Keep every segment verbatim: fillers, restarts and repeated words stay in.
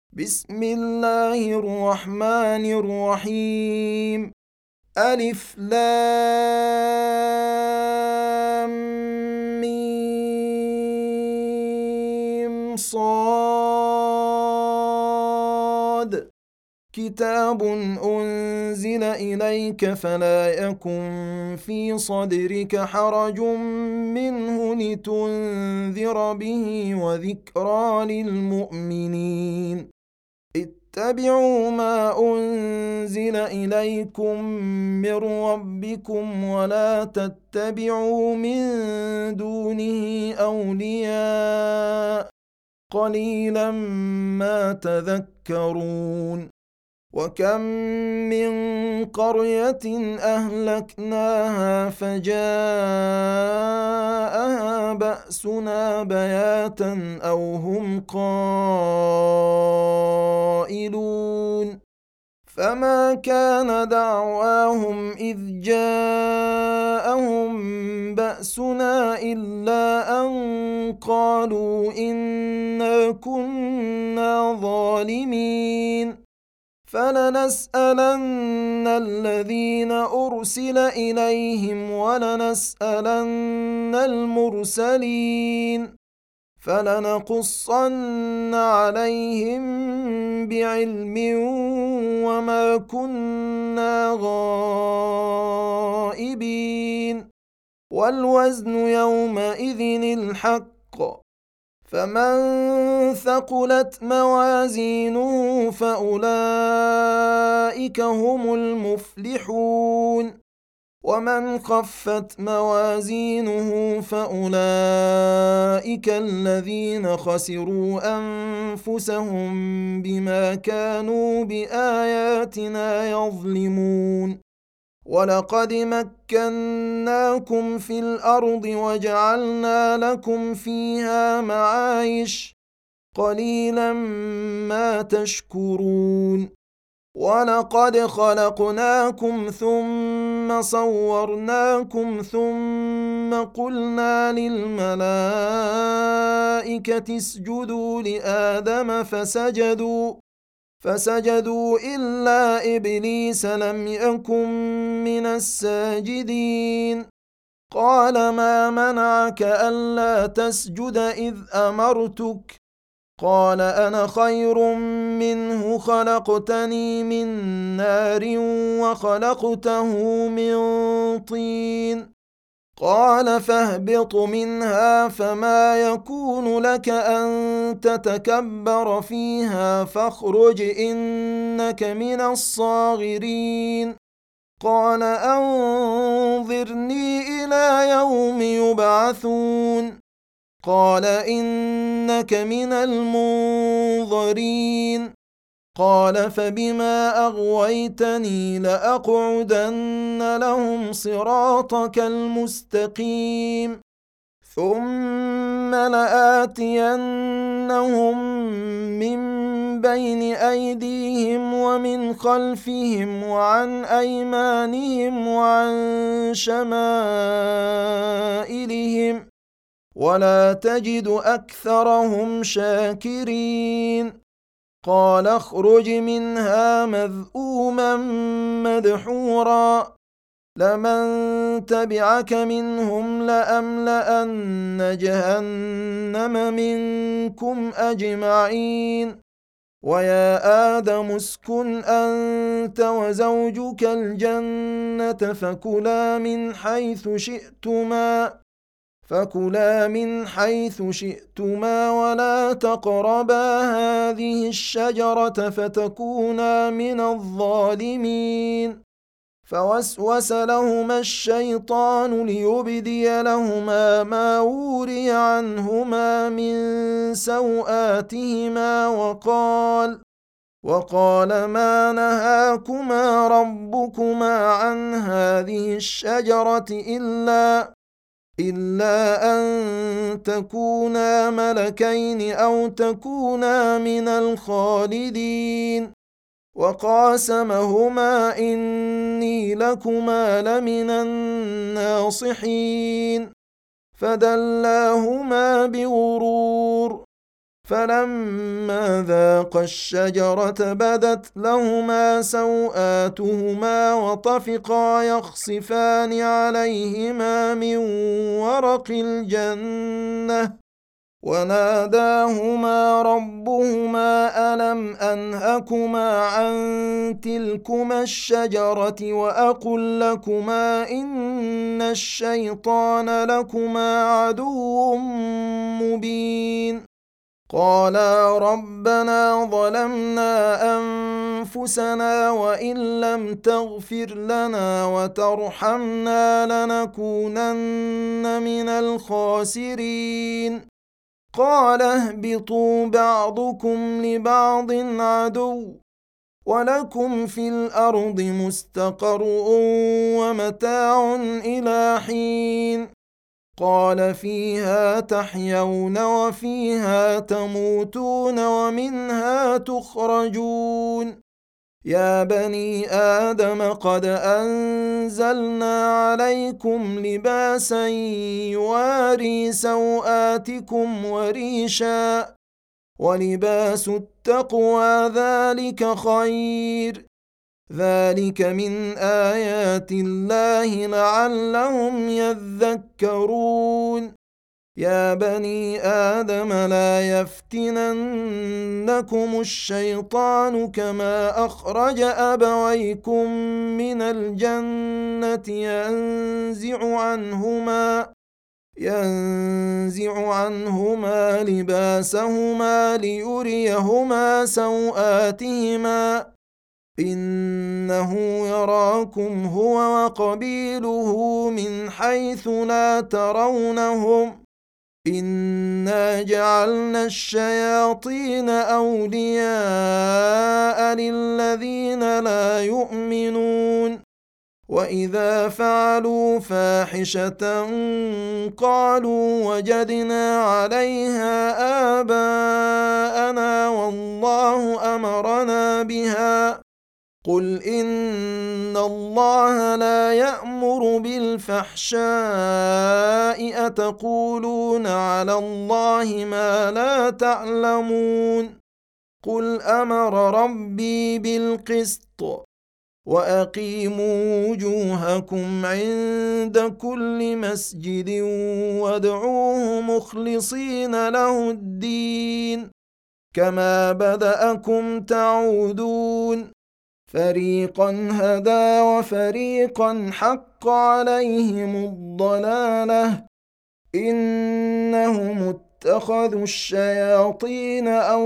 بسم الله الرحمن الرحيم. ألف لام ميم صاد. كتاب أنزل إليك فلا يكن في صدرك حرج منه لتنذر به وذكرى للمؤمنين. اتبعوا ما أنزل إليكم من ربكم ولا تتبعوا من دونه أولياء قليلا ما تذكرون. وكم من قرية أهلكناها فجاءها بأسنا بياتا أو هم قائلون. فما كان دعواهم إذ جاءهم بأسنا إلا أن قالوا إنا كنا ظالمين. فلنسألن الذين أرسل إليهم ولنسألن المرسلين فلنقصن عليهم بعلم وما كنا غائبين. والوزن يومئذ الحق. فمن ثقلت موازينه فأولئك هم المفلحون. ومن خفت موازينه فأولئك الذين خسروا أنفسهم بما كانوا بآياتنا يظلمون. ولقد مكناكم في الأرض وجعلنا لكم فيها معايش قليلا ما تشكرون. ولقد خلقناكم ثم صورناكم ثم قلنا للملائكة اسجدوا لآدم فسجدوا فسجدوا إلا إبليس لم يكن من الساجدين. قال ما منعك ألا تسجد إذ أمرتك؟ قال أنا خير منه خلقتني من نار وخلقته من طين. قال فاهبط منها فما يكون لك أن تتكبر فيها فاخرج إنك من الصاغرين. قال أنظرني إلى يوم يبعثون. قال إنك من المنظرين. قال فبما أغويتني لأقعدن لهم صراطك المستقيم ثم لآتينهم من بين أيديهم ومن خلفهم وعن أيمانهم وعن شمائلهم ولا تجد أكثرهم شاكرين. قال اخرج منها مذءوما مدحورا لمن تبعك منهم لأملأن جهنم منكم أجمعين. ويا آدم اسكن أنت وزوجك الجنة فكلا من حيث شئتما فكلا من حيث شئتما ولا تقربا هذه الشجرة فتكونا من الظالمين. فوسوس لهما الشيطان ليبدي لهما ما وري عنهما من سوآتهما وقال وقال ما نهاكما ربكما عن هذه الشجرة إلا إلا أن تكونا ملكين أو تكونا من الخالدين. وقاسمهما إني لكما لمن الناصحين. فدلاهما بغرور فلما ذاقا الشجرة بدت لهما سوآتهما وطفقا يخصفان عليهما من ورق الجنة وناداهما ربهما ألم أنهكما عن تلكما الشجرة وأقل لكما إن الشيطان لكما عدو مبين قالا ربنا ظلمنا أنفسنا وإن لم تغفر لنا وترحمنا لنكونن من الخاسرين قال اهبطوا بعضكم لبعض عدو ولكم في الأرض مستقر ومتاع إلى حين قال فيها تحيون وفيها تموتون ومنها تخرجون يا بني آدم قد أنزلنا عليكم لباسا يواري سوآتكم وريشا ولباس التقوى ذلك خير ذلك من آيات الله لعلهم يذكرون يا بني آدم لا يفتننكم الشيطان كما أخرج أبويكم من الجنة ينزع عنهما ينزع عنهما لباسهما ليريهما سوآتهما إنه يراكم هو وقبيله من حيث لا ترونهم إنا جعلنا الشياطين أولياء للذين لا يؤمنون وإذا فعلوا فاحشة قالوا وجدنا عليها آباءنا والله أمرنا بها قل إن الله لا يأمر بالفحشاء أتقولون على الله ما لا تعلمون قل أمر ربي بالقسط وأقيموا وجوهكم عند كل مسجد وادعوه مخلصين له الدين كما بدأكم تعودون فريقا هدى وفريقا حق عليهم الضلالة إنهم اتخذوا الشياطين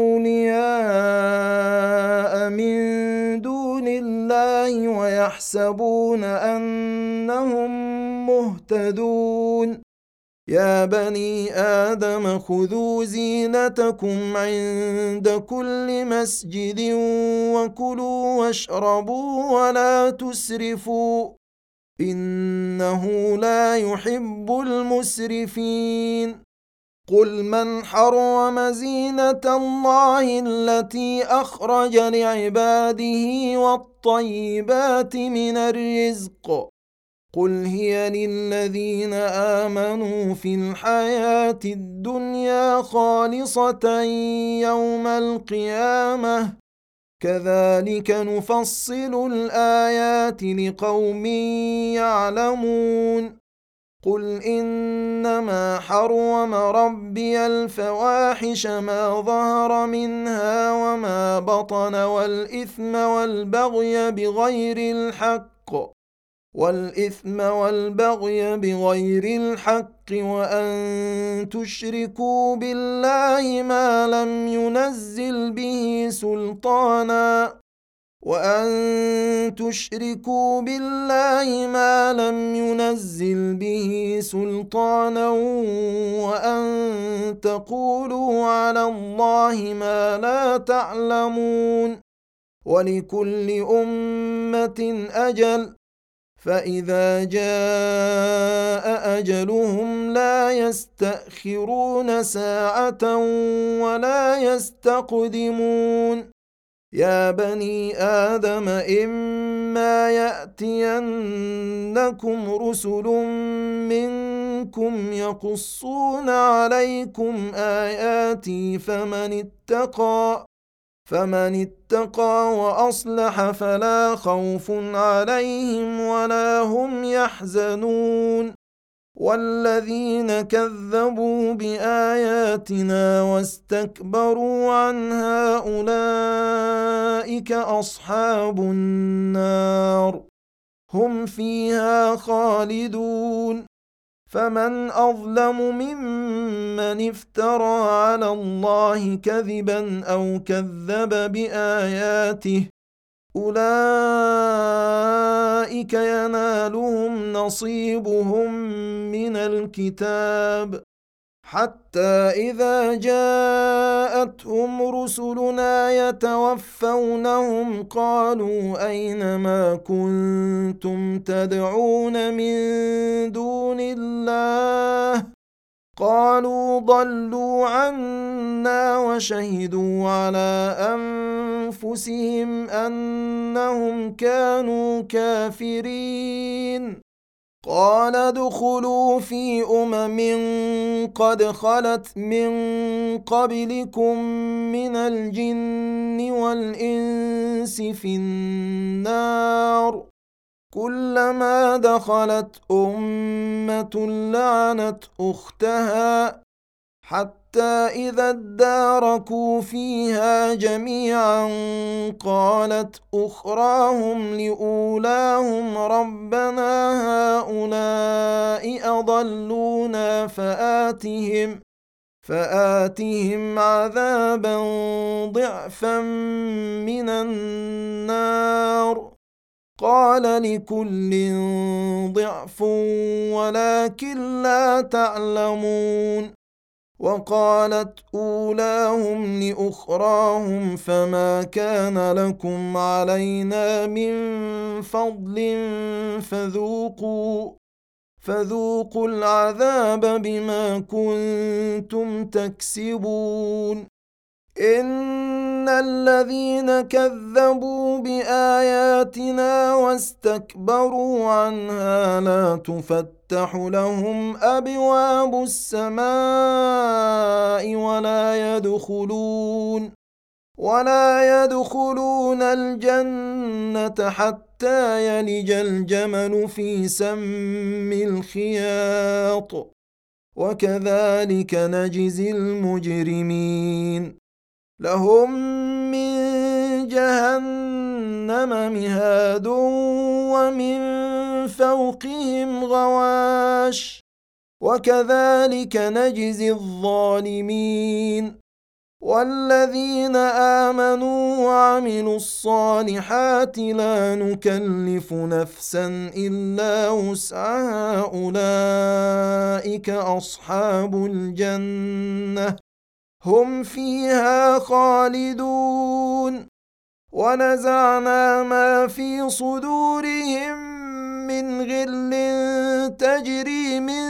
أولياء من دون الله ويحسبون أنهم مهتدون يا بني آدم خذوا زينتكم عند كل مسجد وكلوا واشربوا ولا تسرفوا إنه لا يحب المسرفين قل من حرم زينة الله التي أخرج لعباده والطيبات من الرزق قل هي للذين آمنوا في الحياة الدنيا خالصة يوم القيامة كذلك نفصل الآيات لقوم يعلمون قل إنما حرم ربي الفواحش ما ظهر منها وما بطن والإثم والبغي بغير الحق والإثم والبغي بغير الحق وأن تشركوا بالله ما لم ينزل به سلطانا وأن تشركوا بالله ما لم ينزل به سلطانا وأن تقولوا على الله ما لا تعلمون ولكل أمة أجل فإذا جاء أجلهم لا يستأخرون ساعة ولا يستقدمون يا بني آدم إما يأتينكم رسل منكم يقصون عليكم آياتي فمن اتقى فمن اتقى وأصلح فلا خوف عليهم ولا هم يحزنون والذين كذبوا بآياتنا واستكبروا عنها أولئك أصحاب النار هم فيها خالدون فمن أظلم ممن افترى على الله كذبا أو كذب بآياته أولئك ينالهم نصيبهم من الكتاب حتى إذا جاءتهم رسلنا يتوفونهم قالوا أين ما كنتم تدعون من دون الله قالوا ضلوا عنا وشهدوا على أنفسهم أنهم كانوا كافرين قال ادخلوا في أمم قد خلت من قبلكم من الجن والإنس في النار كلما دخلت أمة لعنت أختها حتى إذا اداركوا فيها جميعا قالت أخراهم لأولاهم ربنا هؤلاء أضلونا فآتهم فآتهم عذابا ضعفا من النار قال لكل ضعف ولكن لا تعلمون وقالت أولاهم لأخراهم فما كان لكم علينا من فضل فذوقوا فذوقوا العذاب بما كنتم تكسبون إن الذين كذبوا بآياتنا واستكبروا عنها لا تفتح لهم أبواب السماء ولا يدخلون ولا يدخلون الجنة حتى يلج الجمل في سم الخياط وكذلك نجزي المجرمين لهم من جهنم مهاد ومن فوقهم غواش وكذلك نجزي الظالمين والذين آمنوا وعملوا الصالحات لا نكلف نفسا إلا وسعها أولئك أصحاب الجنة هم فيها خالدون ونزعنا ما في صدورهم من غل تجري من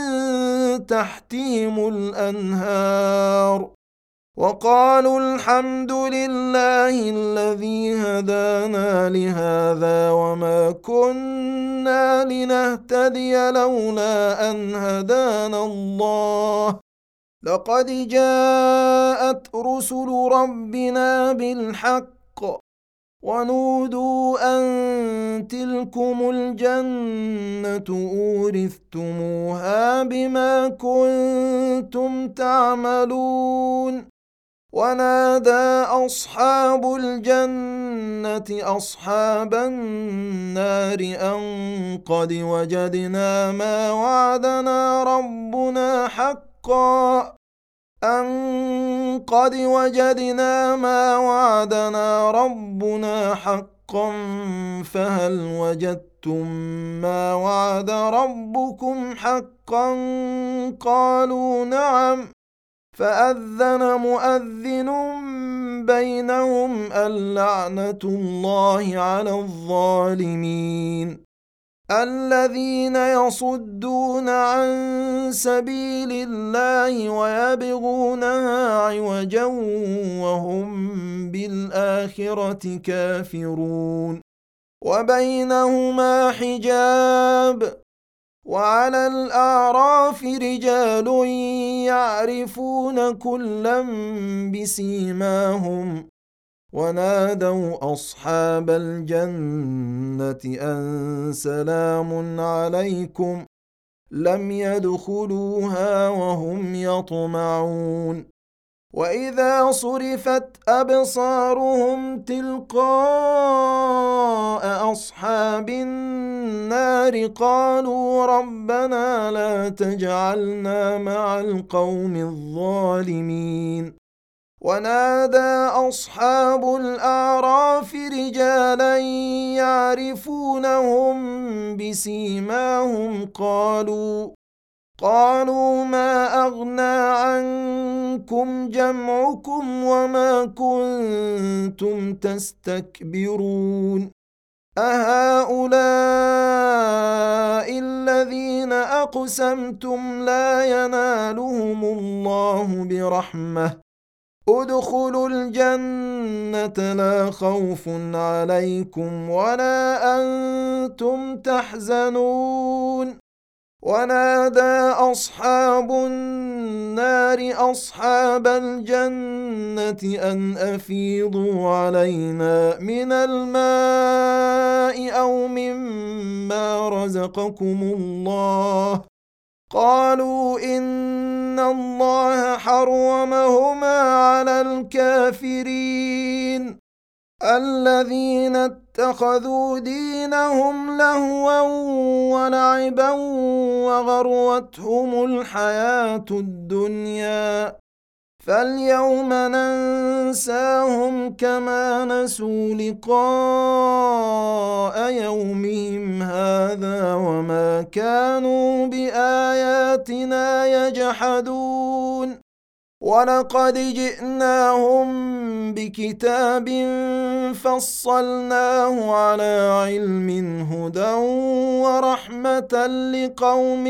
تحتهم الأنهار وقالوا الحمد لله الذي هدانا لهذا وما كنا لنهتدي لولا أن هدانا الله لقد جاءت رسل ربنا بالحق ونودوا أن تلكم الجنة أورثتموها بما كنتم تعملون ونادى أصحاب الجنة أصحاب النار أن قد وجدنا ما وعدنا ربنا حقا أن قد وجدنا ما وعدنا ربنا حقا فهل وجدتم ما وعد ربكم حقا قالوا نعم فأذن مؤذن بينهم اللعنة الله على الظالمين الذين يصدون عن سبيل الله ويبغونها عوجا وهم بالآخرة كافرون وبينهما حجاب وعلى الأعراف رجال يعرفون كلا بسيماهم ونادوا أصحاب الجنة أن سلام عليكم لم يدخلوها وهم يطمعون وإذا صرفت أبصارهم تلقاء أصحاب النار قالوا ربنا لا تجعلنا مع القوم الظالمين ونادى أصحاب الأعراف رجالا يعرفونهم بسيماهم قالوا قالوا ما أغنى عنكم جمعكم وما كنتم تستكبرون أهؤلاء الذين أقسمتم لا ينالهم الله برحمة ادخلوا الجنة لا خوف عليكم ولا أنتم تحزنون ونادى أصحاب النار أصحاب الجنة أن أفيضوا علينا من الماء أو مما رزقكم الله قالوا إن الله حرمهما على الكافرين الذين اتخذوا دينهم لهوا ولعبا وغرتهم الحياة الدنيا فاليوم ننساهم كما نسوا لقاء يومهم هذا وما كانوا بآياتنا يجحدون ولقد جئناهم بكتاب فصلناه على علم هدى ورحمة لقوم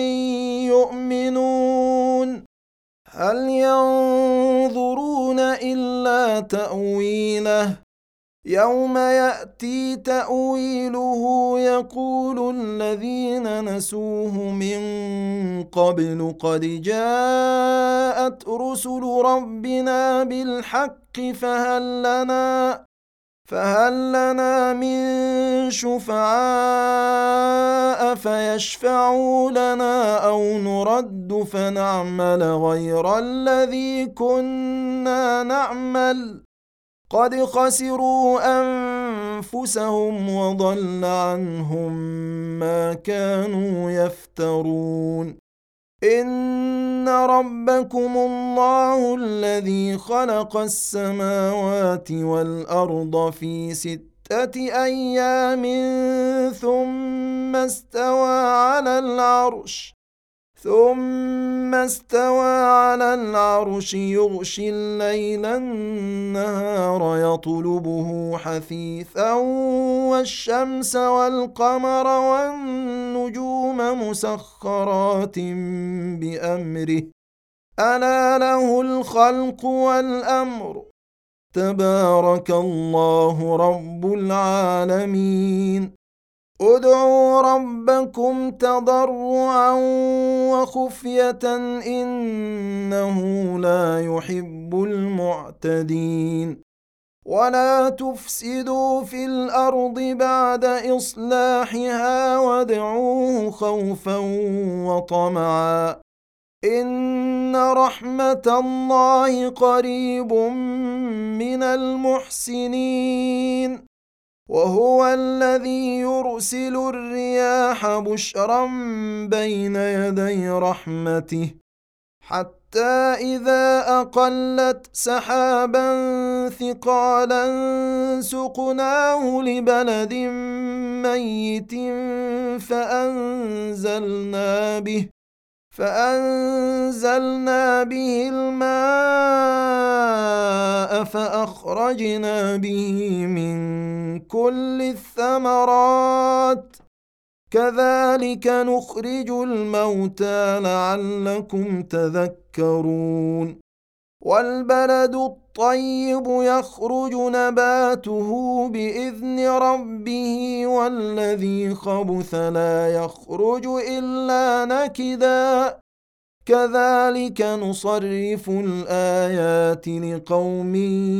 يؤمنون هل ينظرون إلا تأويله يوم يأتي تأويله يقول الذين نسوه من قبل قد جاءت رسل ربنا بالحق فهل لنا فهل لنا من شفعاء فيشفعوا لنا أو نرد فنعمل غير الذي كنا نعمل قد خسروا أنفسهم وضل عنهم ما كانوا يفترون إن ربكم الله الذي خلق السماوات والأرض في ستة أيام ثم استوى على العرش ثم استوى على العرش يغشي الليل النهار يطلبه حثيثا والشمس والقمر والنجوم مسخرات بأمره ألا له الخلق والأمر تبارك الله رب العالمين ادعوا ربكم تضرعا وخفية إنه لا يحب المعتدين ولا تفسدوا في الأرض بعد إصلاحها وادعوه خوفا وطمعا إن رحمة الله قريب من المحسنين وهو الذي يرسل الرياح بشرا بين يدي رحمته حتى إذا أقلت سحابا ثقالا سقناه لبلد ميت فأنزلنا به فأنزلنا به الماء فأخرجنا به من كل الثمرات كذلك نخرج الموتى لعلكم تذكرون والبلد الطيب يخرج نباته بإذن ربه والذي خبث لا يخرج إلا نكدا كذلك نصرف الآيات لقوم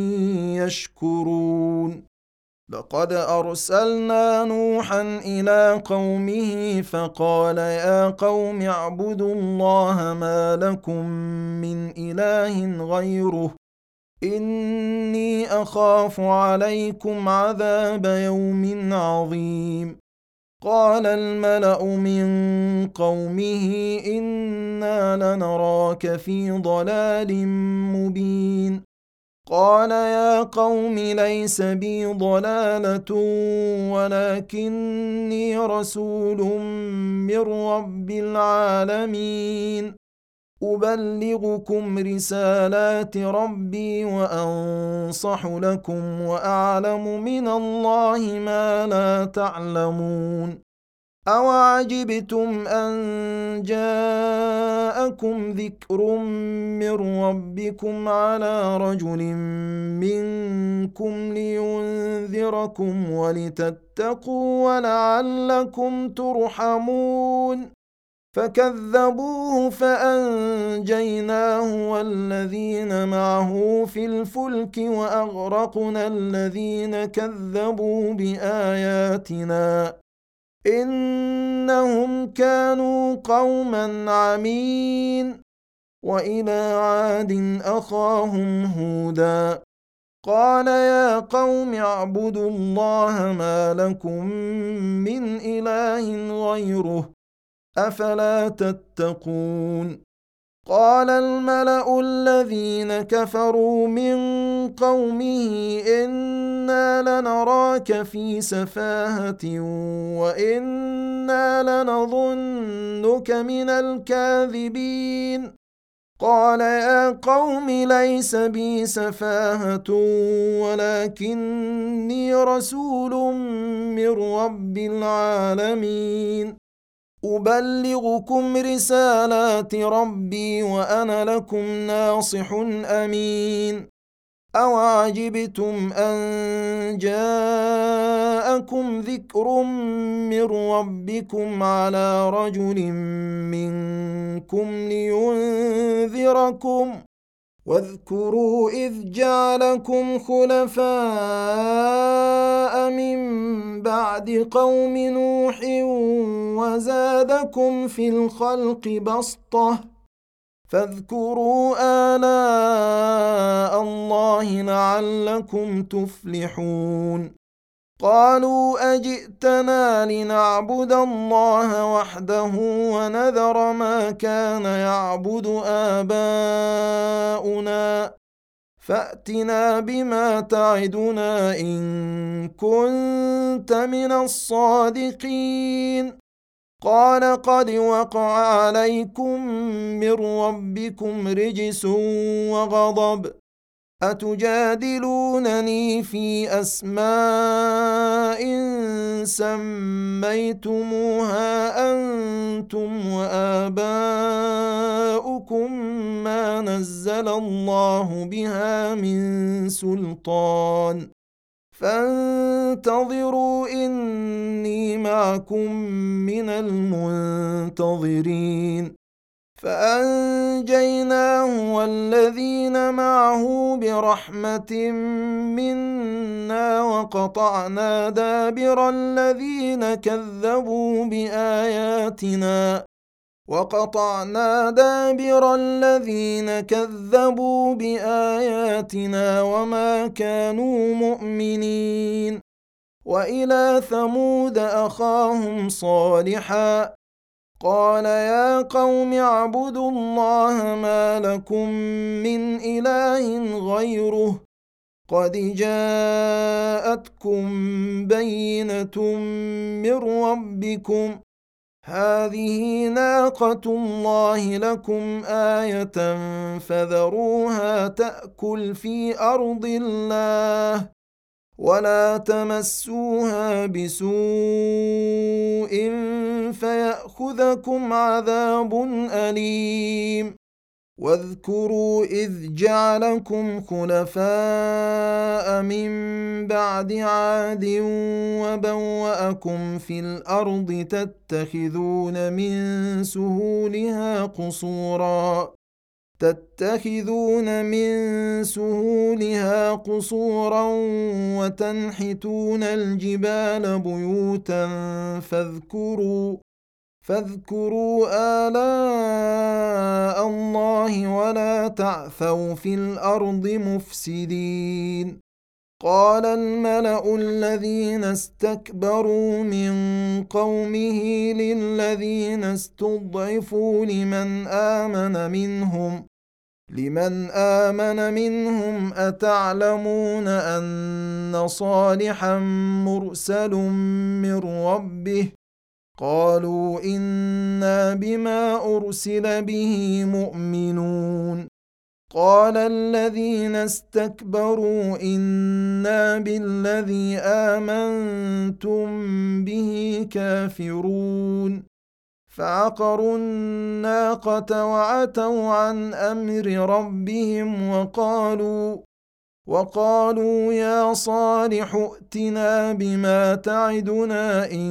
يشكرون لقد أرسلنا نوحا إلى قومه فقال يا قوم اعبدوا الله ما لكم من إله غيره إني أخاف عليكم عذاب يوم عظيم قال الملأ من قومه إنا لنراك في ضلال مبين قال يا قوم ليس بي ضلالة ولكني رسول من رب العالمين أبلغكم رسالات ربي وأنصح لكم وأعلم من الله ما لا تعلمون أوعجبتم أن جاءكم ذكر من ربكم على رجل منكم لينذركم ولتتقوا ولعلكم ترحمون فكذبوه فأنجيناه والذين معه في الفلك وأغرقنا الذين كذبوا بآياتنا إنهم كانوا قوما عمين وإلى عاد أخاهم هودا قال يا قوم اعبدوا الله ما لكم من إله غيره أفلا تتقون قال الملأ الذين كفروا من قومه إنا لنراك في سفاهة وإنا لنظنك من الكاذبين قال يا قوم ليس بي سفاهة ولكني رسول من رب العالمين أبلغكم رسالات ربي وأنا لكم ناصح أمين أوعجبتم أن جاءكم ذكر من ربكم على رجل منكم لينذركم واذكروا إذ جعلكم خلفاء من بعد قوم نوح وزادكم في الخلق بسطة فاذكروا آلاء الله لعلكم تفلحون قالوا أجئتنا لنعبد الله وحده ونذر ما كان يعبد آباؤنا فأتنا بما تعدنا إن كنت من الصادقين قال قد وقع عليكم من ربكم رجس وغضب أتجادلونني في أسماء سميتموها أنتم وآباؤكم ما نزل الله بها من سلطان فانتظروا إني معكم من المنتظرين فأنجيناه والذين معه برحمة منا وقطعنا دابر الذين كذبوا بآياتنا وقطعنا دابر الذين كذبوا بآياتنا وما كانوا مؤمنين وإلى ثمود أخاهم صالحا قال يا قوم اعبدوا الله ما لكم من إله غيره قد جاءتكم بينة من ربكم هذه ناقة الله لكم آية فذروها تأكل في أرض الله ولا تمسوها بسوء فيأخذكم عذاب أليم واذكروا إذ جعلكم خلفاء من بعد عاد وبوأكم في الأرض تتخذون من سهولها قصورا تتخذون من سهولها قصورا وتنحتون الجبال بيوتا فاذكروا فاذكروا آلاء الله ولا تعثوا في الأرض مفسدين. قال الملأ الذين استكبروا من قومه للذين استضعفوا لمن آمن منهم لمن آمن منهم أتعلمون أن صالحا مرسل من ربه قالوا إنا بما أرسل به مؤمنون. قال الذين استكبروا إنا بالذي آمنتم به كافرون فعقروا الناقة وعتوا عن أمر ربهم وقالوا وقالوا يا صالح ائتنا بما تعدنا إن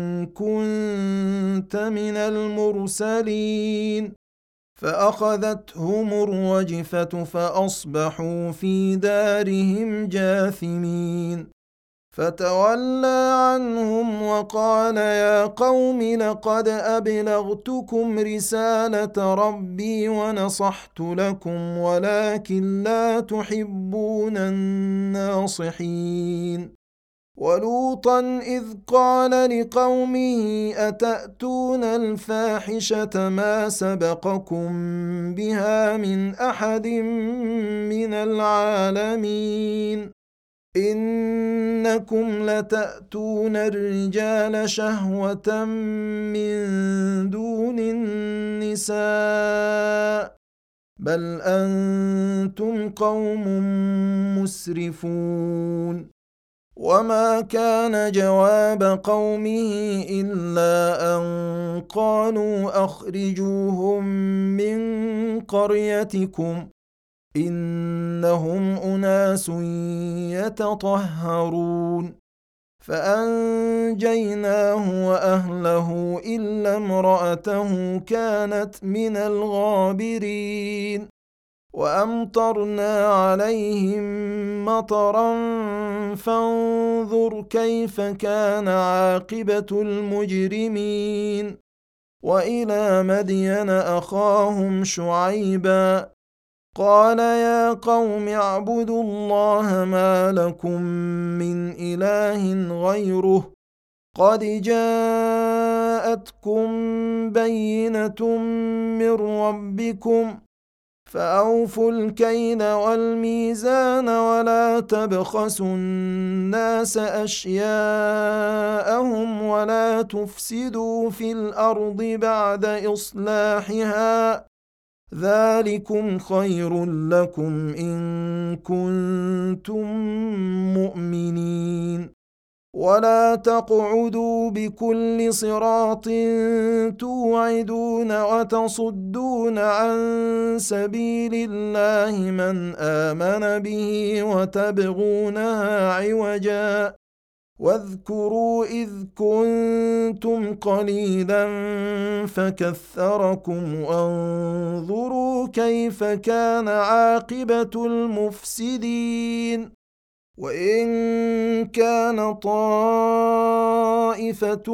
كنت من المرسلين فأخذتهم الرجفة فأصبحوا في دارهم جاثمين فتولى عنهم وقال يا قوم لقد أبلغتكم رسالة ربي ونصحت لكم ولكن لا تحبون الناصحين. ولوطا إذ قال لقومه أتأتون الفاحشة ما سبقكم بها من أحد من العالمين إنكم لتأتون الرجال شهوة من دون النساء بل أنتم قوم مسرفون. وما كان جواب قومه إلا أن قالوا أخرجوهم من قريتكم إنهم أناس يتطهرون فأنجيناه وأهله إلا امرأته كانت من الغابرين وأمطرنا عليهم مطرا فانظر كيف كان عاقبة المجرمين. وإلى مدين أخاهم شعيبا قال يا قوم اعبدوا الله ما لكم من إله غيره قد جاءتكم بينة من ربكم فأوفوا الكيل والميزان ولا تبخسوا الناس أشياءهم ولا تفسدوا في الأرض بعد إصلاحها ذلكم خير لكم إن كنتم مؤمنين. ولا تقعدوا بكل صراط توعدون وتصدون عن سبيل الله من آمن به وتبغونها عوجا واذكروا إذ كنتم قليلا فكثركم وانظروا كيف كان عاقبة المفسدين. وإن كان طائفة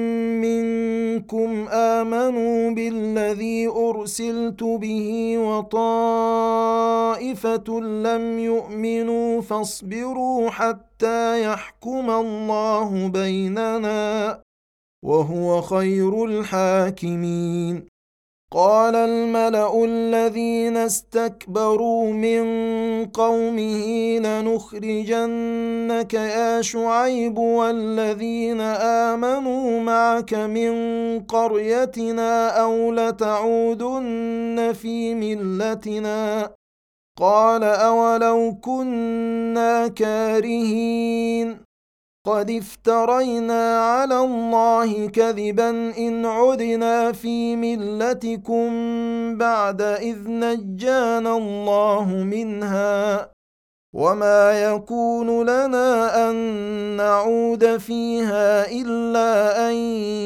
منكم آمنوا بالذي أرسلت به وطائفة لم يؤمنوا فاصبروا حتى يحكم الله بيننا وهو خير الحاكمين. قال الملأ الذين استكبروا من قومه لنخرجنك يا شعيب والذين آمنوا معك من قريتنا أو لتعودن في ملتنا قال أولو كنا كارهين قد افترينا على الله كذبا إن عدنا في ملتكم بعد إذ نجانا الله منها وما يكون لنا أن نعود فيها إلا أن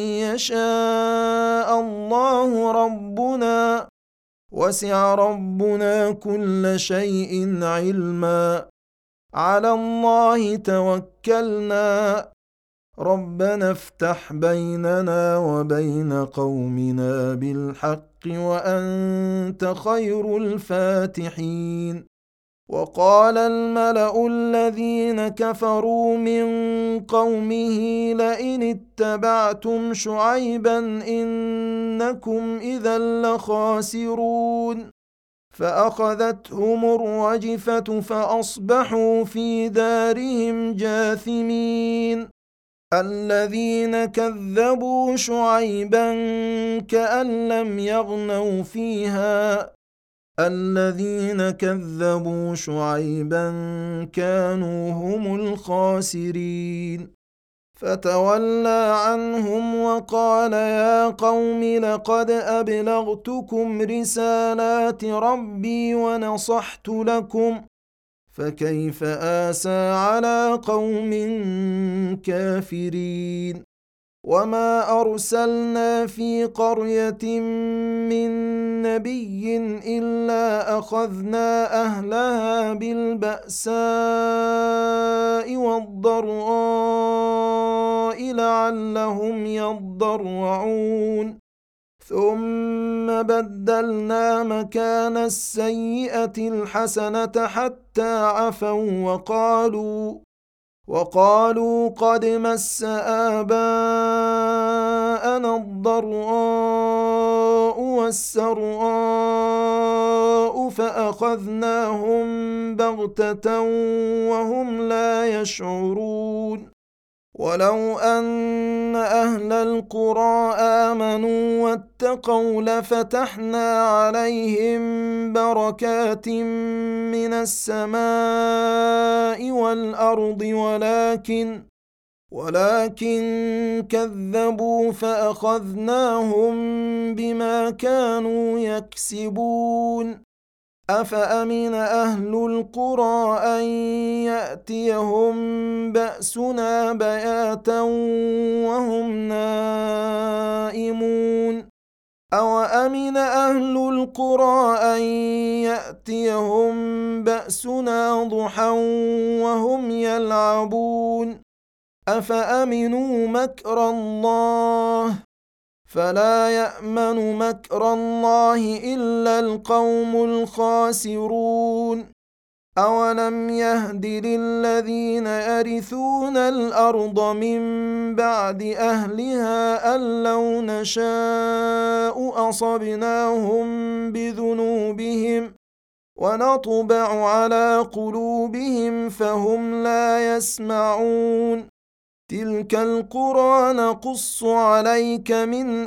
يشاء الله ربنا وسع ربنا كل شيء علما على الله توكلنا ربنا افتح بيننا وبين قومنا بالحق وأنت خير الفاتحين وقال الملأ الذين كفروا من قومه لئن اتبعتم شعيبا إنكم إذا لخاسرون فأخذتهم الرجفة فأصبحوا في دارهم جاثمين الذين كذبوا شعيبا كأن لم يغنوا فيها الذين كذبوا شعيبا كانوا هم الخاسرين فتولى عنهم وقال يا قوم لقد أبلغتكم رسالات ربي ونصحت لكم فكيف آسى على قوم كافرين وما أرسلنا في قرية من نبي إلا أخذنا أهلها بالبأساء والضراء لعلهم يضرعون ثم بدلنا مكان السيئة الحسنة حتى عفوا وقالوا وقالوا قد مس آباءنا الضراء والسراء فأخذناهم بغتة وهم لا يشعرون ولو أن أهل القرى آمنوا واتقوا لفتحنا عليهم بركات من السماء والأرض ولكن ولكن كذبوا فأخذناهم بما كانوا يكسبون أفأمن أهل القرى أن يأتيهم بأسنا بياتا وهم نائمون أوأمن أهل القرى أن يأتيهم بأسنا ضحى وهم يلعبون أفأمنوا مكر الله فلا يأمن مكر الله إلا القوم الخاسرون أولم يهد للذين يرثون الأرض من بعد أهلها أن لو نشاء أصبناهم بذنوبهم ونطبع على قلوبهم فهم لا يسمعون تلك القرى نقص عليك من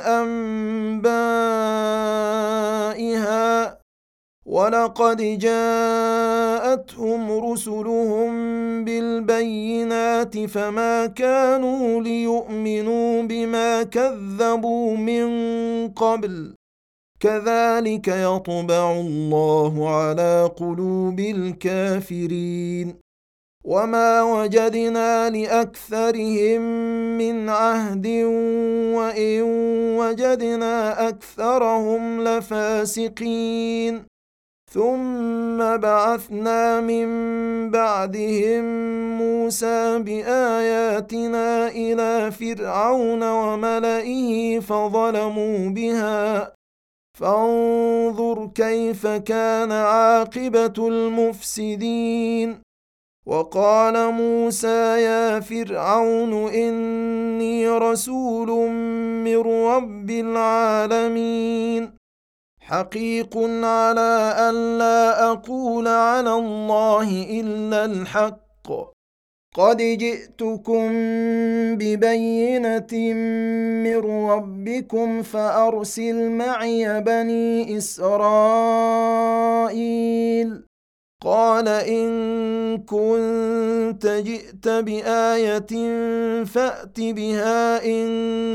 أنبائها ولقد جاءتهم رسلهم بالبينات فما كانوا ليؤمنوا بما كذبوا من قبل كذلك يطبع الله على قلوب الكافرين وما وجدنا لأكثرهم من عهد وإن وجدنا أكثرهم لفاسقين ثم بعثنا من بعدهم موسى بآياتنا إلى فرعون وملئه فظلموا بها فانظر كيف كان عاقبة المفسدين وقال موسى يا فرعون إني رسول من رب العالمين حقيق على أن لا أقول على الله إلا الحق قد جئتكم ببينة من ربكم فأرسل معي بني إسرائيل قال إن كنت جئت بآية فأت بها إن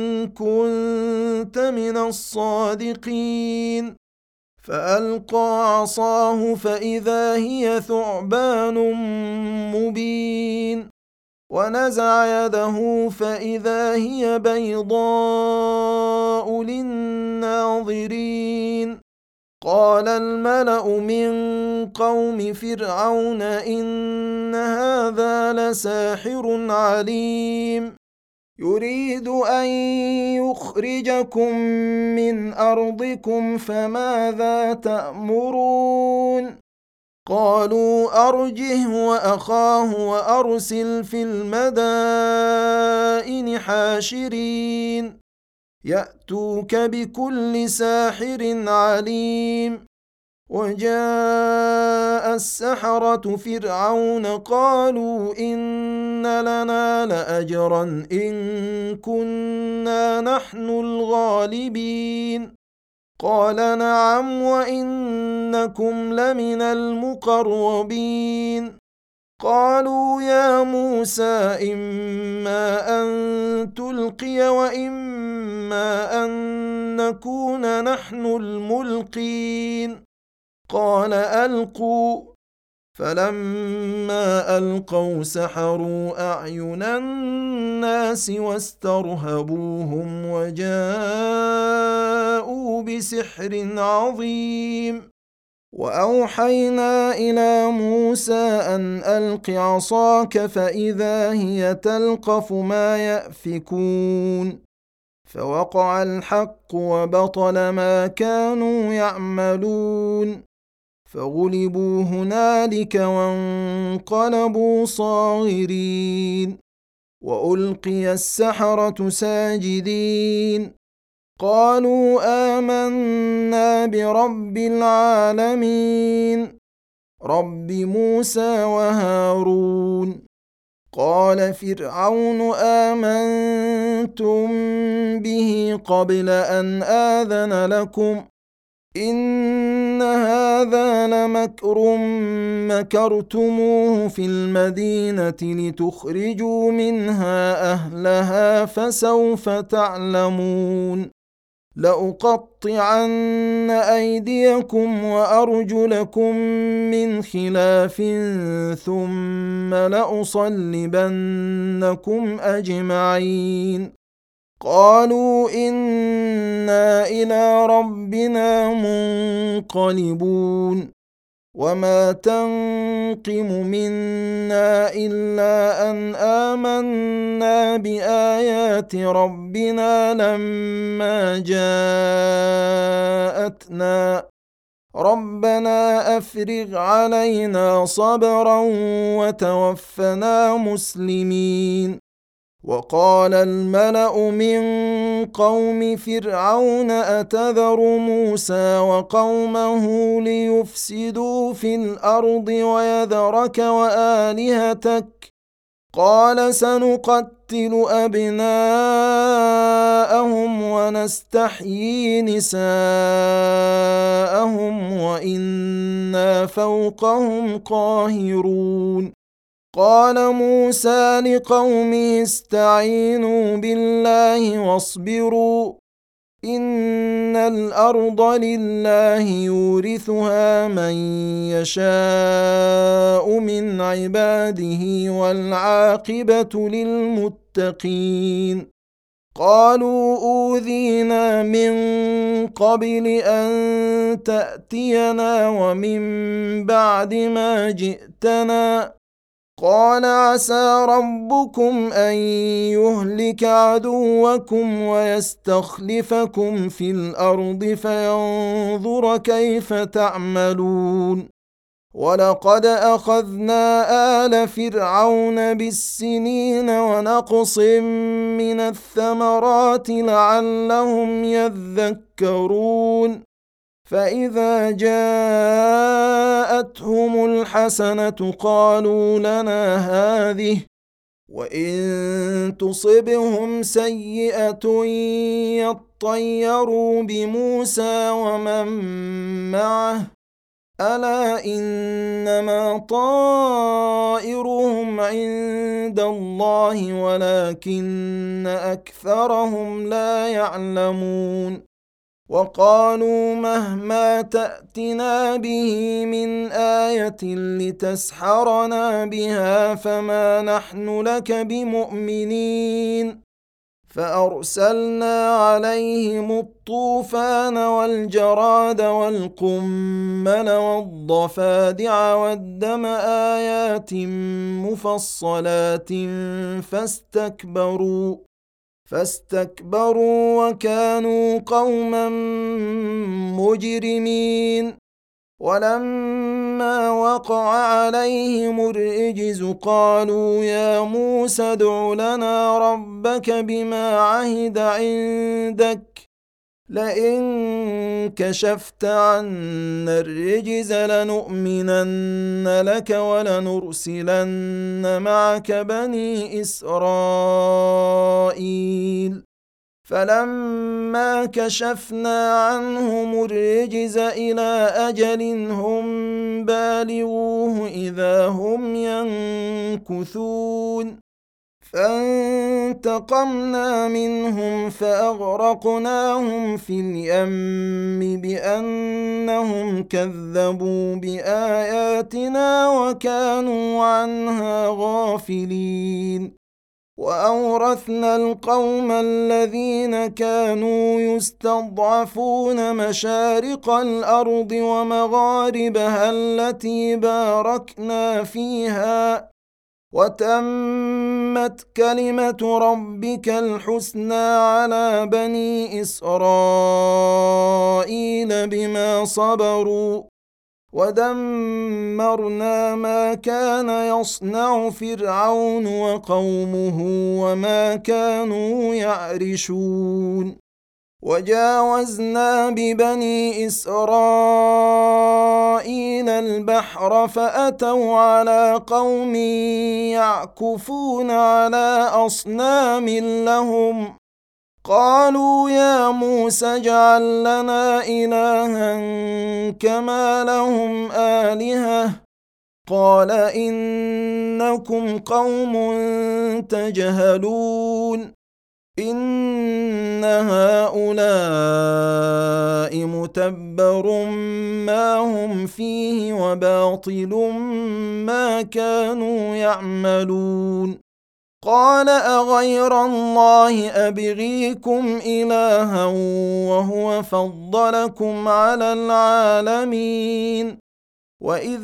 كنت من الصادقين فألقى عصاه فإذا هي ثعبان مبين ونزع يده فإذا هي بيضاء للناظرين قال الملأ من قوم فرعون إن هذا لساحر عليم يريد أن يخرجكم من أرضكم فماذا تأمرون قالوا أرجه وأخاه وأرسل في المدائن حاشرين يأتوك بكل ساحر عليم وجاء السحرة فرعون قالوا إن لنا لأجرا إن كنا نحن الغالبين قال نعم وإنكم لمن المقربين قالوا يا موسى إما أن تلقي وإما أن نكون نحن الملقين قال ألقوا فلما ألقوا سحروا أعين الناس واسترهبوهم وجاءوا بسحر عظيم وأوحينا إلى موسى أن ألق عصاك فإذا هي تلقف ما يأفكون فوقع الحق وبطل ما كانوا يعملون فغلبوا هنالك وانقلبوا صاغرين وألقي السحرة ساجدين قالوا آمنا برب العالمين رب موسى وهارون قال فرعون آمنتم به قبل أن آذن لكم إن هذا لمكر مكرتموه في المدينة لتخرجوا منها أهلها فسوف تعلمون لأقطعن أيديكم وأرجلكم من خلاف ثم لأصلبنكم أجمعين قالوا إنا إلى ربنا منقلبون وما تنقم منا إلا أن آمنا بآيات ربنا لما جاءتنا ربنا أفرغ علينا صبرا وتوفنا مسلمين وقال الملأ من قوم فرعون أتذر موسى وقومه ليفسدوا في الأرض ويذرك وآلهتك قال سنقتل أبناءهم ونستحيي نساءهم وإنا فوقهم قاهرون قال موسى لقومه استعينوا بالله واصبروا إن الأرض لله يورثها من يشاء من عباده والعاقبة للمتقين قالوا أوذينا من قبل أن تأتينا ومن بعد ما جئتنا قال عسى ربكم أن يهلك عدوكم ويستخلفكم في الأرض فينظر كيف تعملون ولقد أخذنا آل فرعون بالسنين ونقص من الثمرات لعلهم يذكرون فإذا جاءتهم الحسنة قالوا لنا هذه وإن تصبهم سيئة يطيروا بموسى ومن معه ألا إنما طائرهم عند الله ولكن أكثرهم لا يعلمون وقالوا مهما تأتنا به من آية لتسحرنا بها فما نحن لك بمؤمنين فأرسلنا عليهم الطوفان والجراد والقمل والضفادع والدم آيات مفصلات فاستكبروا فاستكبروا وكانوا قوما مجرمين ولما وقع عليهم الرجز قالوا يا موسى ادع لنا ربك بما عهد عندك لئن كشفت عنا الرجز لنؤمنن لك ولنرسلن معك بني إسرائيل فلما كشفنا عنهم الرجز إلى أجل هم بالغوه إذا هم ينكثون فانتقمنا منهم فأغرقناهم في اليم بأنهم كذبوا بآياتنا وكانوا عنها غافلين وأورثنا القوم الذين كانوا يستضعفون مشارق الأرض ومغاربها التي باركنا فيها وتمت كلمة ربك الحسنى على بني إسرائيل بما صبروا ودمرنا ما كان يصنع فرعون وقومه وما كانوا يعرشون وجاوزنا ببني إسرائيل البحر فأتوا على قوم يعكفون على أصنام لهم قالوا يا موسى اجعل لنا إلها كما لهم آلهة قال إنكم قوم تجهلون إن هؤلاء متبر ما هم فيه وباطل ما كانوا يعملون قال أغير الله أبغيكم إلها وهو فضلكم على العالمين وإذ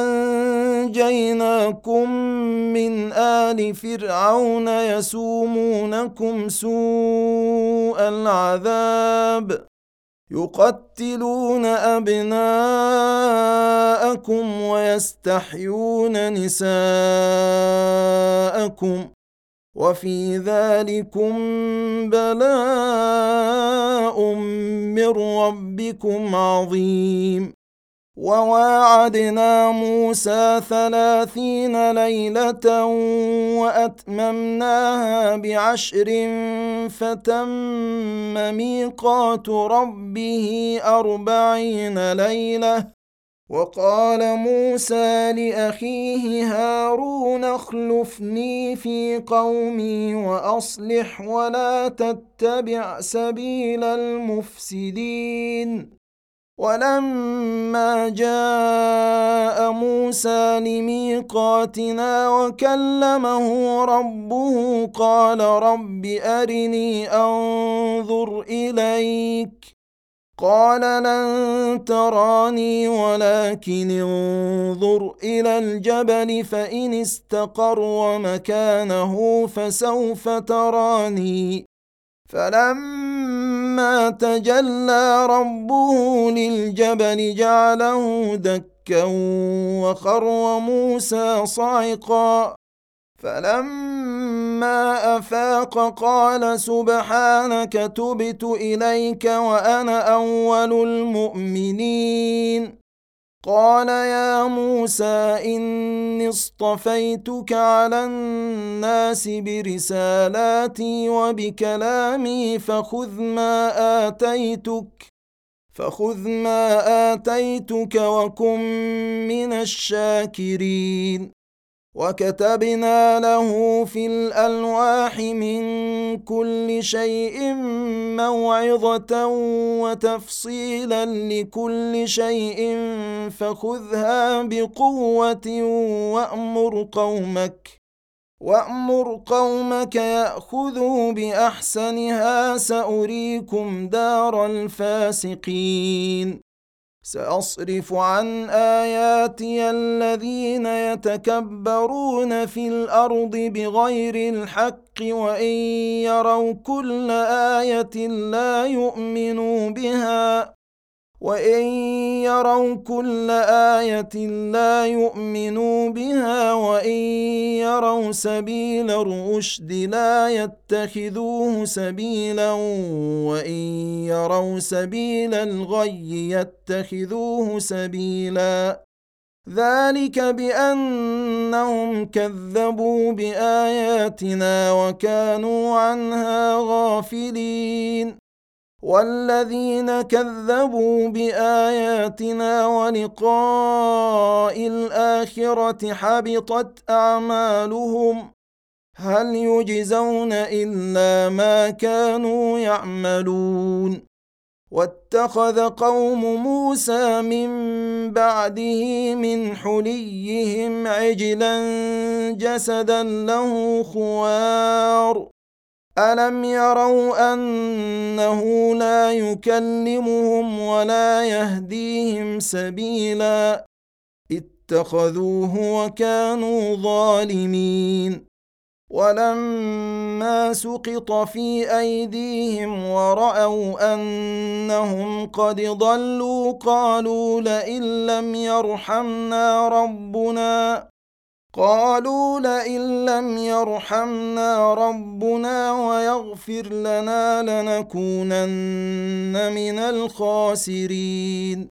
أنجيناكم من آل فرعون يسومونكم سوء العذاب يقتلون أبناءكم ويستحيون نساءكم وفي ذلكم بلاء من ربكم عظيم وواعدنا موسى ثلاثين ليلة وأتممناها بعشر فتم ميقات ربه أربعين ليلة وقال موسى لأخيه هارون اخلفني في قومي وأصلح ولا تتبع سبيل المفسدين ولما جاء موسى لميقاتنا وكلمه ربه قال رب أرني أنظر إليك قال لن تراني ولكن انظر إلى الجبل فإن استقر مكانه فسوف تراني فلما تجلى ربه للجبل جعله دكا وخر موسى صعقا فلما أفاق قال سبحانك تبت إليك وأنا أول المؤمنين قال يا موسى إني اصطفيتك على الناس برسالاتي وبكلامي فخذ ما آتيتك فخذ ما آتيتك وكن من الشاكرين. وكتبنا له في الألواح من كل شيء موعظة وتفصيلا لكل شيء فخذها بقوة وأمر قومك وأمر قومك يأخذوا بأحسنها سأريكم دار الفاسقين. سأصرف عن آياتي الذين يتكبرون في الأرض بغير الحق وإن يروا كل آية لا يؤمنوا بها وإن يروا كل آية لا يؤمنوا بها وإن يروا سبيل الرشد لا يتخذوه سبيلا وإن يروا سبيل الغي يتخذوه سبيلا. ذلك بأنهم كذبوا بآياتنا وكانوا عنها غافلين. والذين كذبوا بآياتنا ولقاء الآخرة حبطت أعمالهم هل يجزون إلا ما كانوا يعملون. واتخذ قوم موسى من بعده من حليهم عجلا جسدا له خوار ألم يروا أنه لا يكلمهم ولا يهديهم سبيلا اتخذوه وكانوا ظالمين. ولما سقط في أيديهم ورأوا أنهم قد ضلوا قالوا لئن لم يرحمنا ربنا قالوا لئن لم يرحمنا ربنا ويغفر لنا لنكونن من الخاسرين.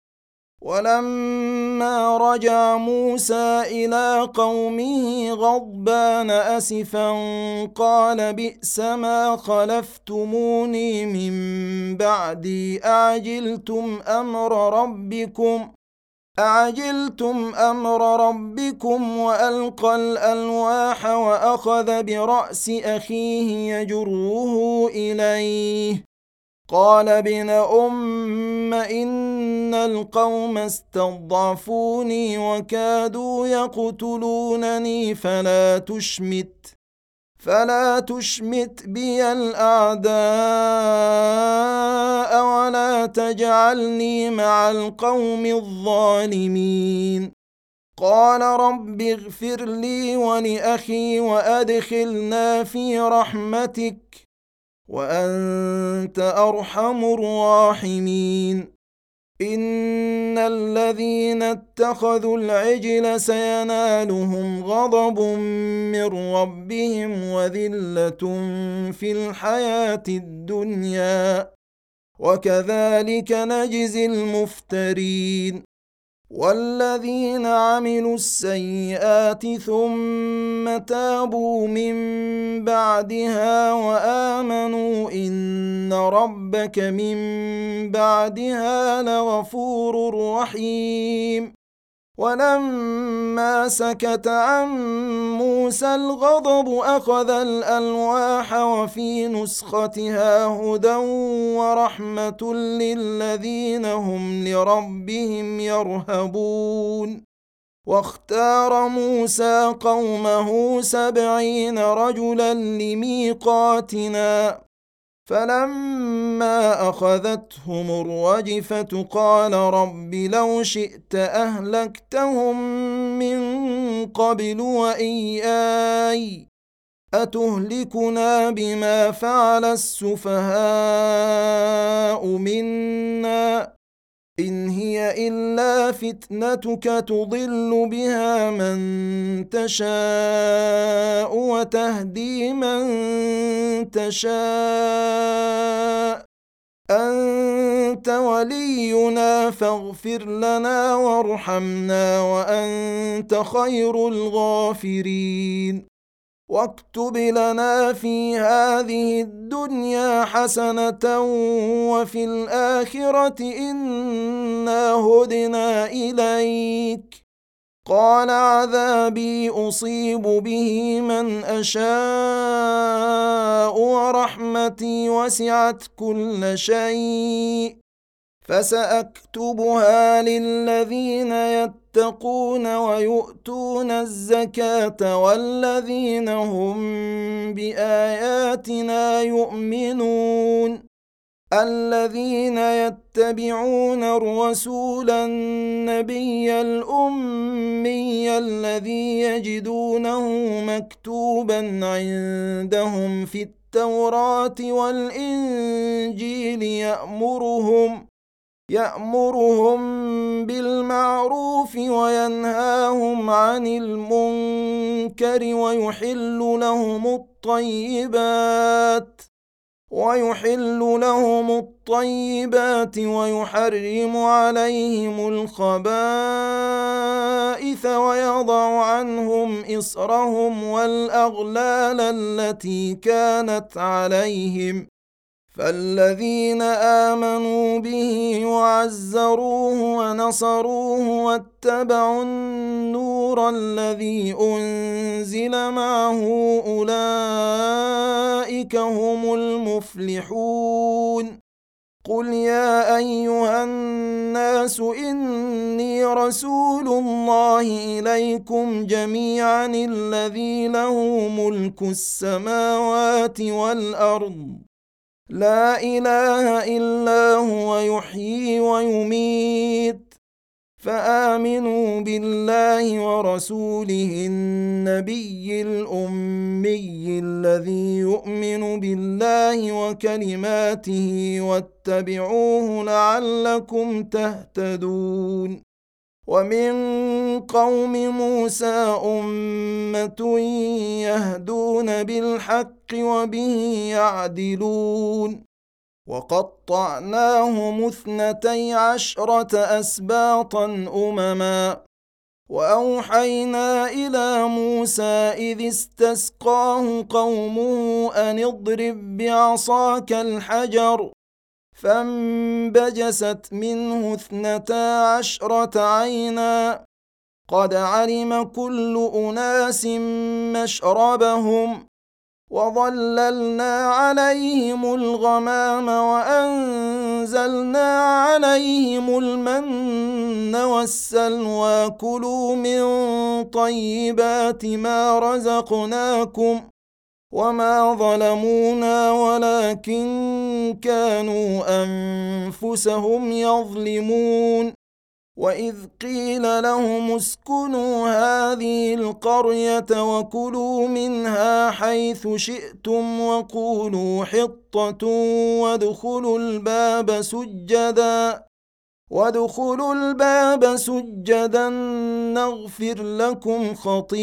ولما رجع موسى إلى قومه غضبان أسفا قال بئس ما خلفتموني من بعدي أعجلتم أمر ربكم أعجلتم أمر ربكم وألقى الألواح وأخذ برأس أخيه يجره إليه قال ابن أم إن القوم استضعفوني وكادوا يقتلونني فلا تشمت فلا تشمت بي الأعداء ولا تجعلني مع القوم الظالمين. قال رب اغفر لي ولأخي وأدخلنا في رحمتك وأنت أرحم الراحمين. إن الذين اتخذوا العجل سينالهم غضب من ربهم وذلة في الحياة الدنيا وكذلك نجزي المفترين. والذين عملوا السيئات ثم تابوا من بعدها وآمنوا إن ربك من بعدها لغفور رحيم. ولما سكت عن موسى الغضب أخذ الألواح وفي نسختها هدى ورحمة للذين هم لربهم يرهبون. واختار موسى قومه سبعين رجلا لميقاتنا فلما أخذتهم الرجفة قال رب لو شئت أهلكتهم من قبل وإياي أتهلكنا بما فعل السفهاء منا إن هي إلا فتنتك تضل بها من تشاء وتهدي من تشاء أنت ولينا فاغفر لنا وارحمنا وأنت خير الغافرين. واكتب لنا في هذه الدنيا حسنة وفي الآخرة إنا هدنا إليك. قال عذابي أصيب به من أشاء ورحمتي وسعت كل شيء فسأكتبها للذين يتقون ويؤتون الزكاة والذين هم بآياتنا يؤمنون الذين يتبعون الرسول النبي الأمي الذي يجدونه مكتوبا عندهم في التوراة والإنجيل يأمرهم يأمرهم بالمعروف وينهاهم عن المنكر ويحل لهم الطيبات ويحل لهم الطيبات ويحرم عليهم الخبائث ويضع عنهم إصرهم والأغلال التي كانت عليهم فالذين آمنوا به وعزروه ونصروه واتبعوا النور الذي أنزل معه أولئك هم المفلحون. قل يا أيها الناس إني رسول الله إليكم جميعا الذي له ملك السماوات والأرض لا إله إلا هو يحيي ويميت فآمنوا بالله ورسوله النبي الأمي الذي يؤمن بالله وكلماته واتبعوه لعلكم تهتدون. ومن قوم موسى أمة يهدون بالحق وبه يعدلون وقطعناهم اثنتي عشرة أسباطا أمما وأوحينا إلى موسى إذ استسقاه قومه أن اضرب بعصاك الحجر فانبجست منه اثنتا عشرة عينا قد علم كل أناس مشربهم وظللنا عليهم الغمام وأنزلنا عليهم المن والسلوى كلوا من طيبات ما رزقناكم وما ظلمونا ولكن كانوا أنفسهم يظلمون. وإذ قيل لهم اسكنوا هذه القرية وكلوا منها حيث شئتم وقولوا حطة وادخلوا الباب سجدا وادخلوا الباب سجدا نغفر لكم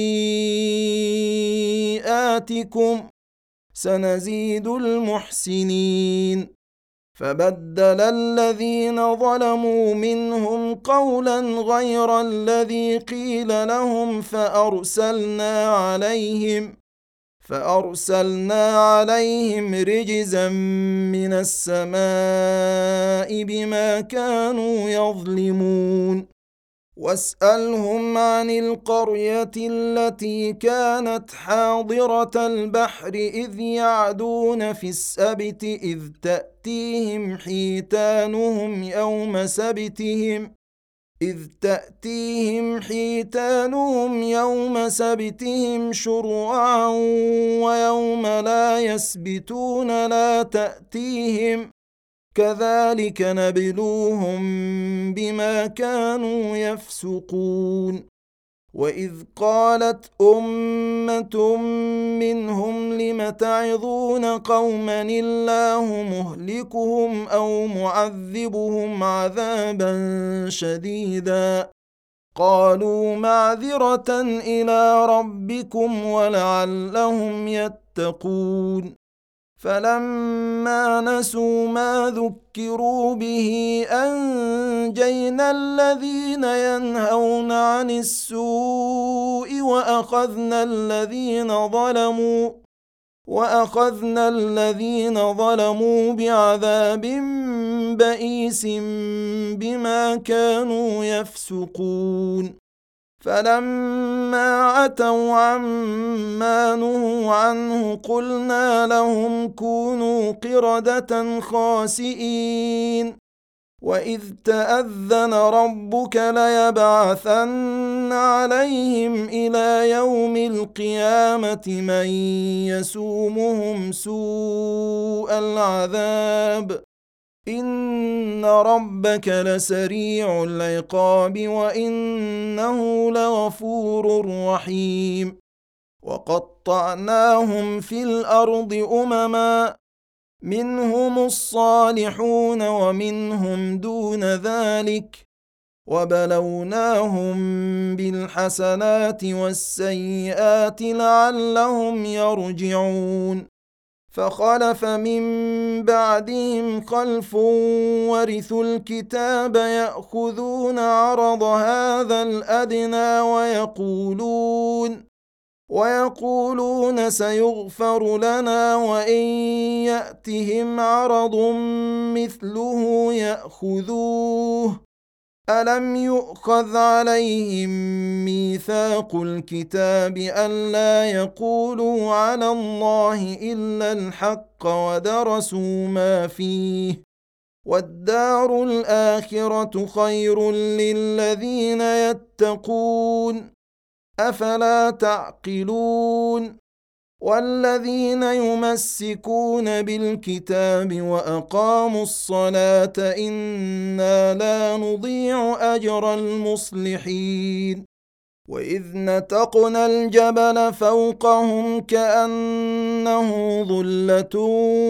خطيئاتكم سنزيد المحسنين. فبدل الذين ظلموا منهم قولا غير الذي قيل لهم فأرسلنا عليهم فأرسلنا عليهم رجزا من السماء بما كانوا يظلمون. واسألهم عن القرية التي كانت حاضرة البحر إذ يعدون في السبت إذ تأتيهم حيتانهم يوم سبتهم إذ تأتيهم حيتانهم يوم سبتهم شرعا ويوم لا يسبتون لا تأتيهم كذلك نبلوهم بما كانوا يفسقون. وإذ قالت أمة منهم لم تعظون قوما الله مهلكهم أو معذبهم عذابا شديدا قالوا معذرة إلى ربكم ولعلهم يتقون. فلما نسوا ما ذكروا به أنجينا الذين ينهون عن السوء وأخذنا الذين ظلموا وأخذنا الذين ظلموا بعذاب بئيس بما كانوا يفسقون فلما عتوا عما نهوا عنه قلنا لهم كونوا قردة خاسئين وإذ تأذن ربك ليبعثن عليهم إلى يوم القيامة من يسومهم سوء العذاب إن ربك لسريع العقاب وإنه لغفور رحيم وقطعناهم في الأرض أمما منهم الصالحون ومنهم دون ذلك وبلوناهم بالحسنات والسيئات لعلهم يرجعون فخلف من بعدهم خلف ورثوا الكتاب يأخذون عرض هذا الأدنى ويقولون ويقولون سيغفر لنا وإن يأتهم عرض مثله يأخذوه ألم يؤخذ عليهم ميثاق الكتاب ألا يقولوا على الله إلا الحق ودرسوا ما فيه والدار الآخرة خير للذين يتقون أفلا تعقلون والذين يمسكون بالكتاب وأقاموا الصلاة إنا لا نضيع أجر المصلحين وإذ نتقنا الجبل فوقهم كأنه ظلة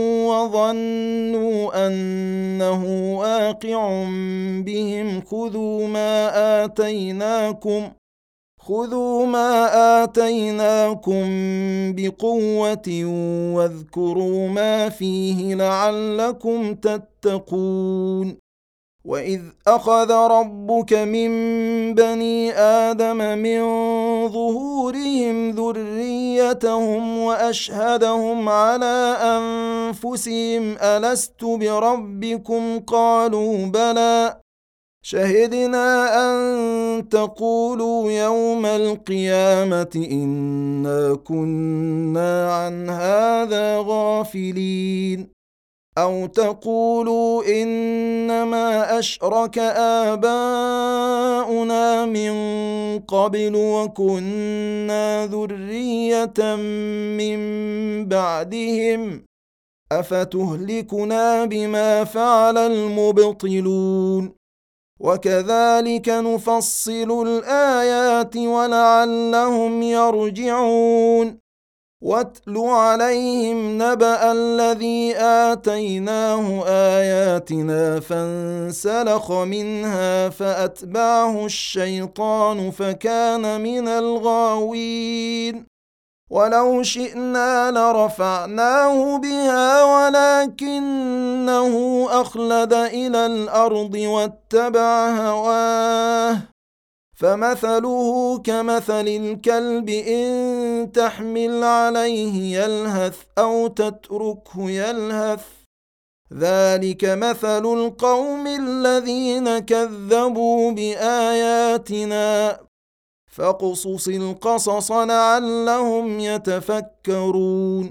وظنوا أنه واقع بهم خذوا ما آتيناكم خذوا ما آتيناكم بقوة واذكروا ما فيه لعلكم تتقون وإذ أخذ ربك من بني آدم من ظهورهم ذريتهم وأشهدهم على أنفسهم ألست بربكم قالوا بلى شهدنا أن تقولوا يوم القيامة إنا كنا عن هذا غافلين أو تقولوا إنما أشرك آباؤنا من قبل وكنا ذرية من بعدهم أفتهلكنا بما فعل المبطلون وكذلك نفصل الآيات ولعلهم يرجعون واتل عليهم نبأ الذي آتيناه آياتنا فانسلخ منها فأتبعه الشيطان فكان من الغاوين ولو شئنا لرفعناه بها ولكنه أخلد إلى الأرض واتبع هواه فمثله كمثل الكلب إن تحمل عليه يلهث أو تتركه يلهث ذلك مثل القوم الذين كذبوا بآياتنا فاقصص القصص لعلهم يتفكرون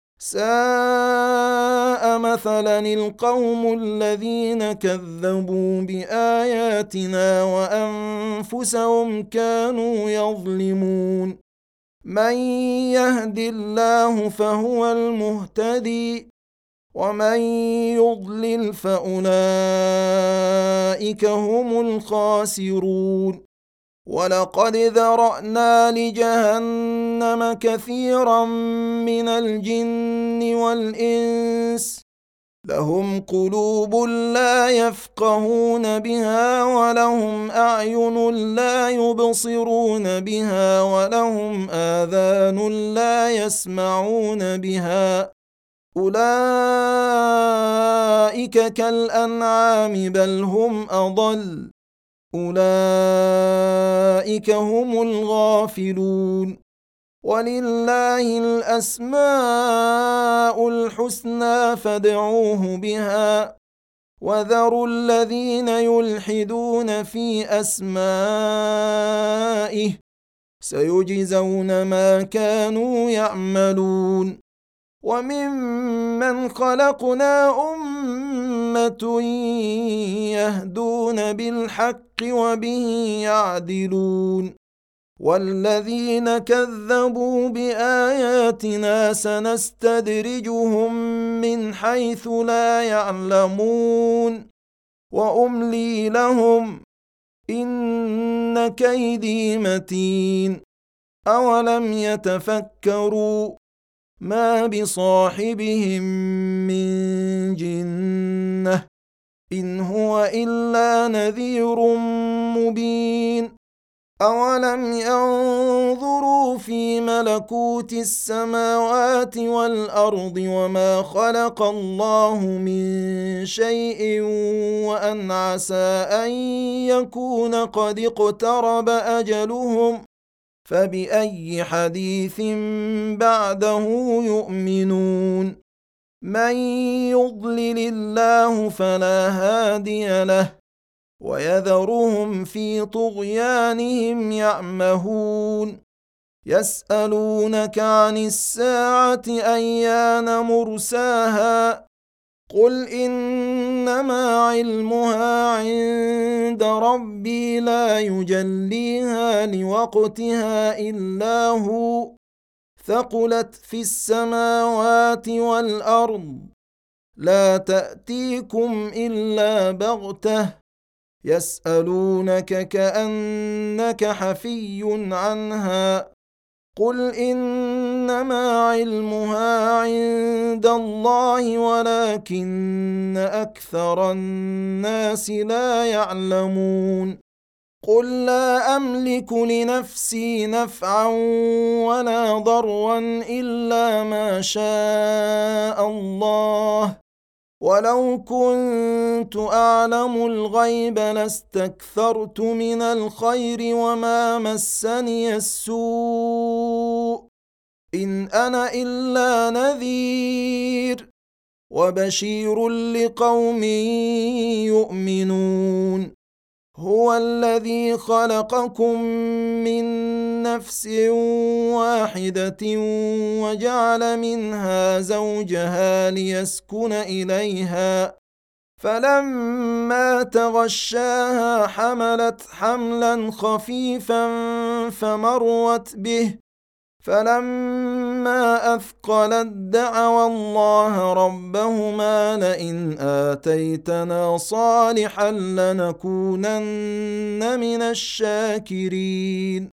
ساء مثلا القوم الذين كذبوا بآياتنا وأنفسهم كانوا يظلمون من يهد الله فهو المهتدي ومن يضلل فأولئك هم الخاسرون ولقد ذرأنا لجهنم كثيرا من الجن والإنس لهم قلوب لا يفقهون بها ولهم أعين لا يبصرون بها ولهم آذان لا يسمعون بها أولئك كالأنعام بل هم أضل أولئك هم الغافلون ولله الأسماء الحسنى فادعوه بها وذروا الذين يلحدون في أسمائه سيجزون ما كانوا يعملون وممن خلقنا أمة يهدون بالحق وبه يعدلون والذين كذبوا بآياتنا سنستدرجهم من حيث لا يعلمون وأملي لهم إن كيدي متين أولم يتفكروا ما بصاحبهم من جنة إن هو إلا نذير مبين أولم ينظروا في ملكوت السماوات والأرض وما خلق الله من شيء وأن عسى أن يكون قد اقترب أجلهم فبأي حديث بعده يؤمنون من يضلل الله فلا هادي له ويذرهم في طغيانهم يعمهون يسألونك عن الساعة أيان مرساها قل إنما علمها عند ربي لا يجليها لوقتها إلا هو ثقلت في السماوات والأرض لا تأتيكم إلا بغتة يسألونك كأنك حفي عنها قل إنما علمها عند الله ولكن أكثر الناس لا يعلمون قل لا أملك لنفسي نفعا ولا ضرا إلا ما شاء الله ولو كنت أعلم الغيب لاستكثرت من الخير وما مسني السوء إن أنا إلا نذير وبشير لقوم يؤمنون هو الذي خلقكم من نفس واحدة وجعل منها زوجها ليسكن إليها فلما تغشاها حملت حملا خفيفا فمرت به فلما أثقلت دعوا الله ربهما لئن آتيتنا صالحا لنكونن من الشاكرين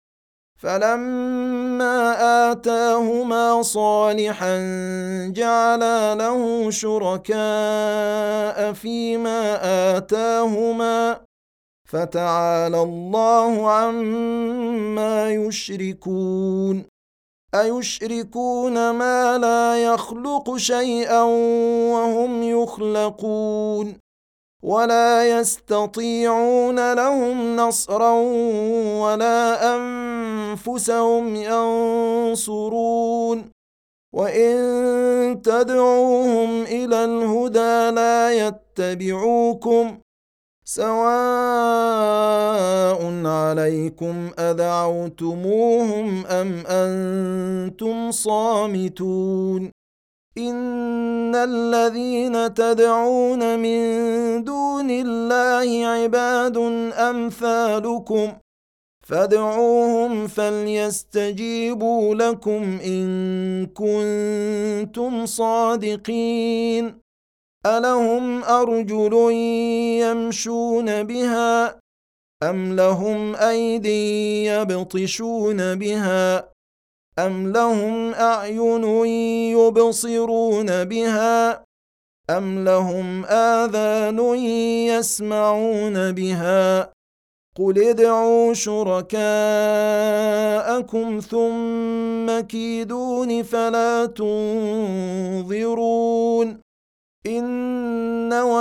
فلما آتاهما صالحا جعلا له شركاء فيما آتاهما فتعالى الله عما يشركون أيشركون ما لا يخلق شيئا وهم يخلقون ولا يستطيعون لهم نصرا ولا أنفسهم ينصرون وإن تدعوهم إلى الهدى لا يتبعوكم سواء عليكم أدعوتموهم أم أنتم صامتون إن الذين تدعون من دون الله عباد أمثالكم فادعوهم فليستجيبوا لكم إن كنتم صادقين ألهم أرجل يمشون بها أم لهم أيدي يبطشون بها أم لهم أعين يبصرون بها أم لهم آذان يسمعون بها قل ادعوا شركاءكم ثم كيدون فلا تنظرون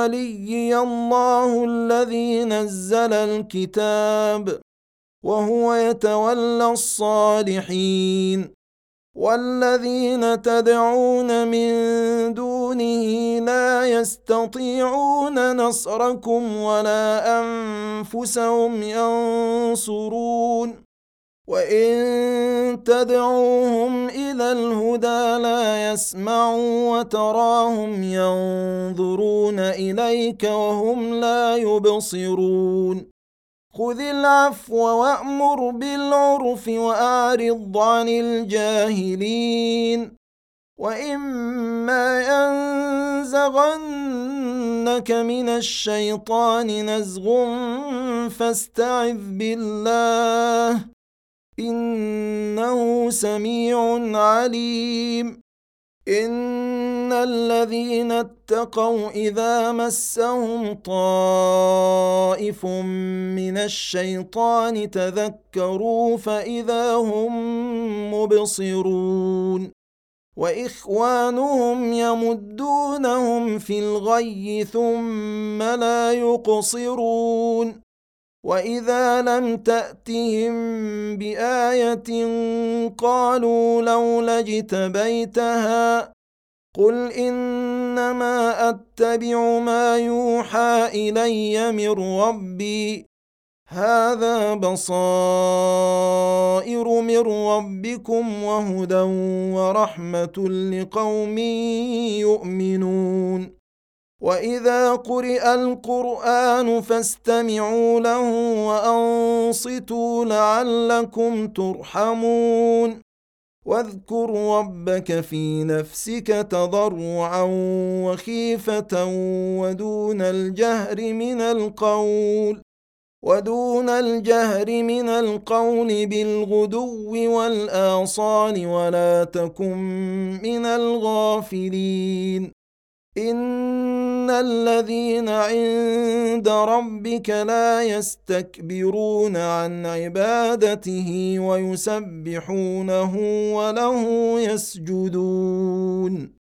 وليي الله الذي نزل الكتاب وهو يتولى الصالحين والذين تدعون من دونه لا يستطيعون نصركم ولا أنفسهم ينصرون وإن تدعوهم إلى الهدى لا يسمعوا وتراهم ينظرون إليك وهم لا يبصرون خذ العفو وأمر بالعرف وأعرض عن الجاهلين وإما ينزغنك من الشيطان نزغ فاستعذ بالله إنه سميع عليم إن الذين اتقوا إذا مسهم طائف من الشيطان تذكروا فإذا هم مبصرون وإخوانهم يمدونهم في الغي ثم لا يقصرون وإذا لم تأتهم بآية قالوا لولا اجتبيتها قل إنما أتبع ما يوحى إلي من ربي هذا بصائر من ربكم وهدى ورحمة لقوم يؤمنون وإذا قرئ القرآن فاستمعوا له وأنصتوا لعلكم ترحمون واذكر ربك في نفسك تضرعا وخيفة ودون الجهر من القول ودون الجهر من القول بالغدو والآصال ولا تكن من الغافلين إن الذين عند ربك لا يستكبرون عن عبادته ويسبحونه وله يسجدون